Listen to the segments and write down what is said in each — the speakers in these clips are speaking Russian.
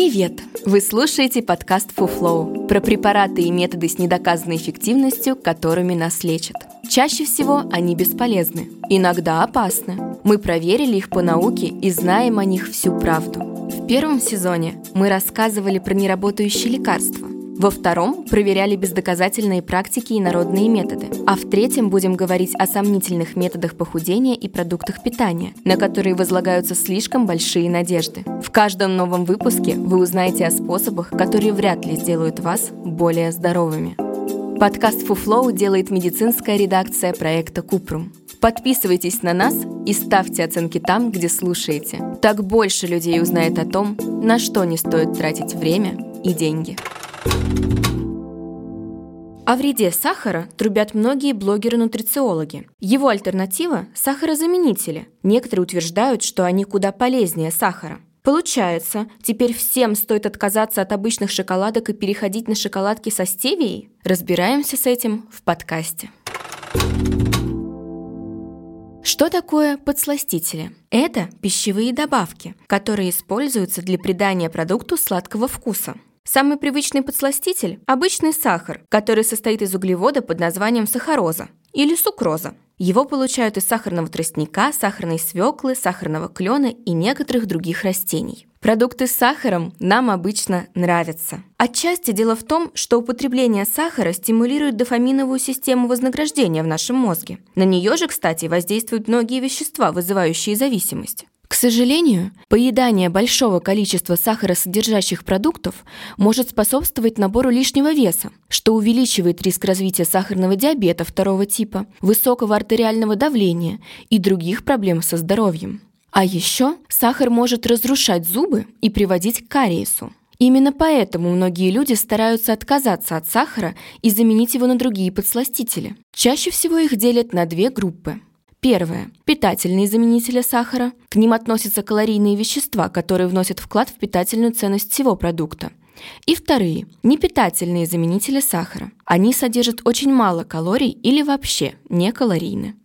Привет! Вы слушаете подкаст FuFlow про препараты и методы с недоказанной эффективностью, которыми нас лечат. Чаще всего они бесполезны, иногда опасны. Мы проверили их по науке и знаем о них всю правду. В первом сезоне мы рассказывали про неработающие лекарства. Во втором проверяли бездоказательные практики и народные методы. А в третьем будем говорить о сомнительных методах похудения и продуктах питания, на которые возлагаются слишком большие надежды. В каждом новом выпуске вы узнаете о способах, которые вряд ли сделают вас более здоровыми. Подкаст FuFlow делает медицинская редакция проекта Купрум. Подписывайтесь на нас и ставьте оценки там, где слушаете. Так больше людей узнает о том, на что не стоит тратить время и деньги. О вреде сахара трубят многие блогеры-нутрициологи. Его альтернатива – сахарозаменители. Некоторые утверждают, что они куда полезнее сахара. Получается, теперь всем стоит отказаться от обычных шоколадок и переходить на шоколадки со стевией? Разбираемся с этим в подкасте. Что такое подсластители? Это пищевые добавки, которые используются для придания продукту сладкого вкуса. Самый привычный подсластитель – обычный сахар, который состоит из углевода под названием сахароза или сукроза. Его получают из сахарного тростника, сахарной свеклы, сахарного клена и некоторых других растений. Продукты с сахаром нам обычно нравятся. Отчасти дело в том, что употребление сахара стимулирует дофаминовую систему вознаграждения в нашем мозге. На нее же, кстати, воздействуют многие вещества, вызывающие зависимость. К сожалению, поедание большого количества сахаросодержащих продуктов может способствовать набору лишнего веса, что увеличивает риск развития сахарного диабета второго типа, высокого артериального давления и других проблем со здоровьем. А еще сахар может разрушать зубы и приводить к кариесу. Именно поэтому многие люди стараются отказаться от сахара и заменить его на другие подсластители. Чаще всего их делят на две группы. Первое – питательные заменители сахара. К ним относятся калорийные вещества, которые вносят вклад в питательную ценность всего продукта. И вторые – непитательные заменители сахара. Они содержат очень мало калорий или вообще не калорийны.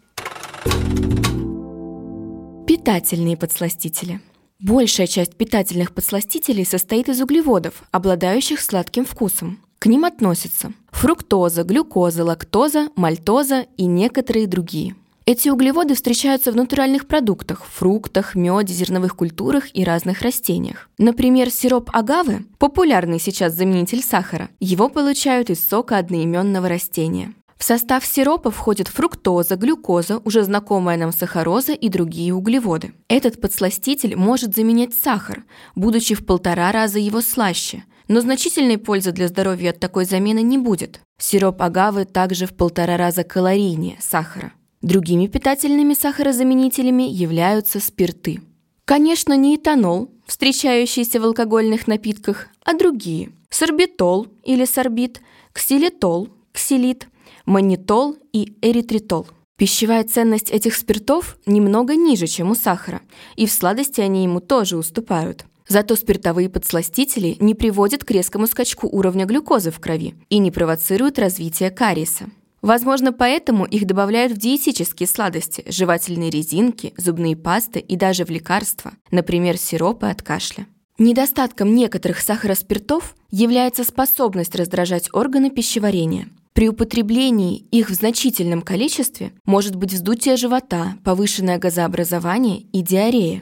Питательные подсластители. Большая часть питательных подсластителей состоит из углеводов, обладающих сладким вкусом. К ним относятся фруктоза, глюкоза, лактоза, мальтоза и некоторые другие. Эти углеводы встречаются в натуральных продуктах – фруктах, меде, зерновых культурах и разных растениях. Например, сироп агавы – популярный сейчас заменитель сахара. Его получают из сока одноименного растения. В состав сиропа входят фруктоза, глюкоза, уже знакомая нам сахароза и другие углеводы. Этот подсластитель может заменять сахар, будучи в 1,5 раза его слаще. Но значительной пользы для здоровья от такой замены не будет. Сироп агавы также в 1,5 раза калорийнее сахара. Другими питательными сахарозаменителями являются спирты. Конечно, не этанол, встречающийся в алкогольных напитках, а другие – сорбитол или сорбит, ксилитол, ксилит, манитол и эритритол. Пищевая ценность этих спиртов немного ниже, чем у сахара, и в сладости они ему тоже уступают. Зато спиртовые подсластители не приводят к резкому скачку уровня глюкозы в крови и не провоцируют развитие кариеса. Возможно, поэтому их добавляют в диетические сладости, жевательные резинки, зубные пасты и даже в лекарства, например, сиропы от кашля. Недостатком некоторых сахароспиртов является способность раздражать органы пищеварения. При употреблении их в значительном количестве может быть вздутие живота, повышенное газообразование и диарея.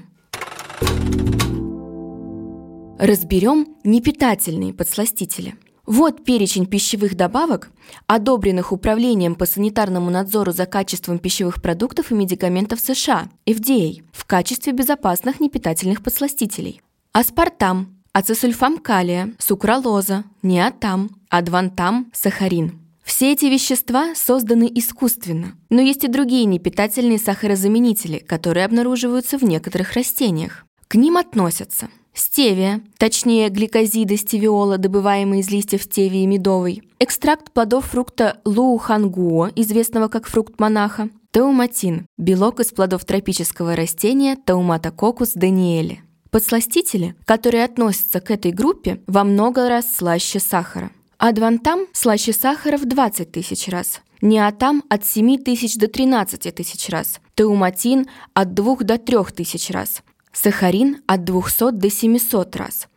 Разберем непитательные подсластители. Вот перечень пищевых добавок, одобренных Управлением по санитарному надзору за качеством пищевых продуктов и медикаментов США, FDA, в качестве безопасных непитательных подсластителей. Аспартам, ацетсульфам калия, сукралоза, неотам, адвантам, сахарин. Все эти вещества созданы искусственно, но есть и другие непитательные сахарозаменители, которые обнаруживаются в некоторых растениях. К ним относятся стевия, точнее гликозиды стевиола, добываемые из листьев стевии медовой, экстракт плодов фрукта лоухангуо, известного как фрукт монаха, тауматин, белок из плодов тропического растения Тауматококус даниэли. Подсластители, которые относятся к этой группе, во много раз слаще сахара. Адвантам слаще сахара в 20 тысяч раз, неотам от 7 тысяч до 13 тысяч раз, тауматин от 2 до 3 тысяч раз, сахарин от 200 до 700 раз.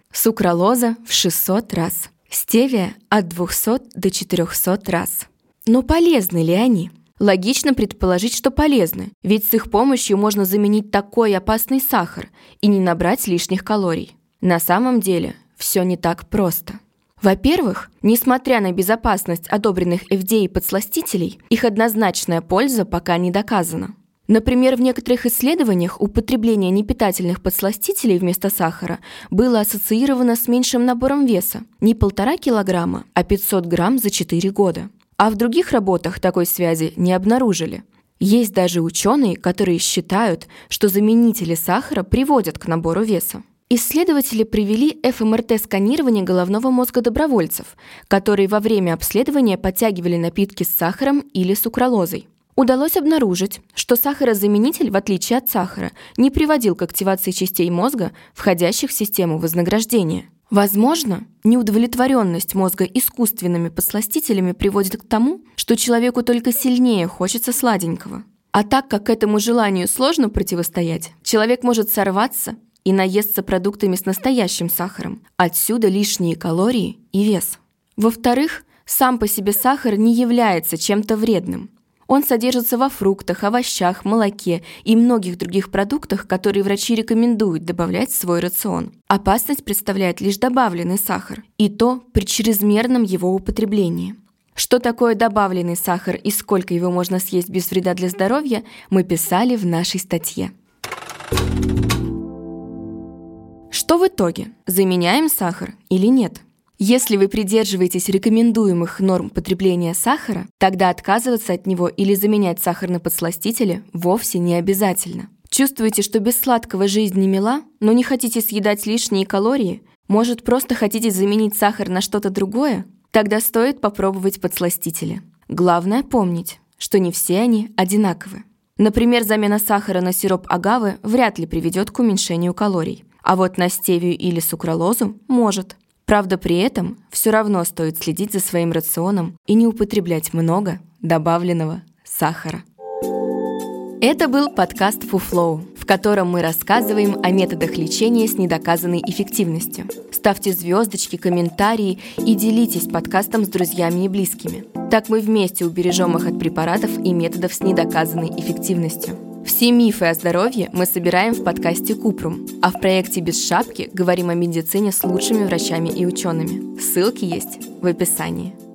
сукралоза в 600 раз, стевия от 200 до 400 раз. Но полезны ли они? Логично предположить, что полезны, ведь с их помощью можно заменить такой опасный сахар и не набрать лишних калорий. На самом деле все не так просто. Во-первых, несмотря на безопасность одобренных FDA подсластителей, их однозначная польза пока не доказана. Например, в некоторых исследованиях употребление непитательных подсластителей вместо сахара было ассоциировано с меньшим набором веса – не 1,5 килограмма, а 500 грамм за 4 года. А в других работах такой связи не обнаружили. Есть даже ученые, которые считают, что заменители сахара приводят к набору веса. Исследователи провели ФМРТ-сканирование головного мозга добровольцев, которые во время обследования подтягивали напитки с сахаром или сукралозой. Удалось обнаружить, что сахарозаменитель, в отличие от сахара, не приводил к активации частей мозга, входящих в систему вознаграждения. Возможно, неудовлетворенность мозга искусственными подсластителями приводит к тому, что человеку только сильнее хочется сладенького. А так как этому желанию сложно противостоять, человек может сорваться и наесться продуктами с настоящим сахаром. Отсюда лишние калории и вес. Во-вторых, сам по себе сахар не является чем-то вредным. Он содержится во фруктах, овощах, молоке и многих других продуктах, которые врачи рекомендуют добавлять в свой рацион. Опасность представляет лишь добавленный сахар, и то при чрезмерном его употреблении. Что такое добавленный сахар и сколько его можно съесть без вреда для здоровья, мы писали в нашей статье. Что в итоге? Заменяем сахар или нет? Если вы придерживаетесь рекомендуемых норм потребления сахара, тогда отказываться от него или заменять сахар на подсластители вовсе не обязательно. Чувствуете, что без сладкого жизнь не мила, но не хотите съедать лишние калории? Может, просто хотите заменить сахар на что-то другое? Тогда стоит попробовать подсластители. Главное помнить, что не все они одинаковы. Например, замена сахара на сироп агавы вряд ли приведет к уменьшению калорий. А вот на стевию или сукралозу может. Правда, при этом все равно стоит следить за своим рационом и не употреблять много добавленного сахара. Это был подкаст FuFlow, в котором мы рассказываем о методах лечения с недоказанной эффективностью. Ставьте звездочки, комментарии и делитесь подкастом с друзьями и близкими. Так мы вместе убережем их от препаратов и методов с недоказанной эффективностью. Все мифы о здоровье мы собираем в подкасте Купрум, а в проекте «Без шапки» говорим о медицине с лучшими врачами и учеными. Ссылки есть в описании.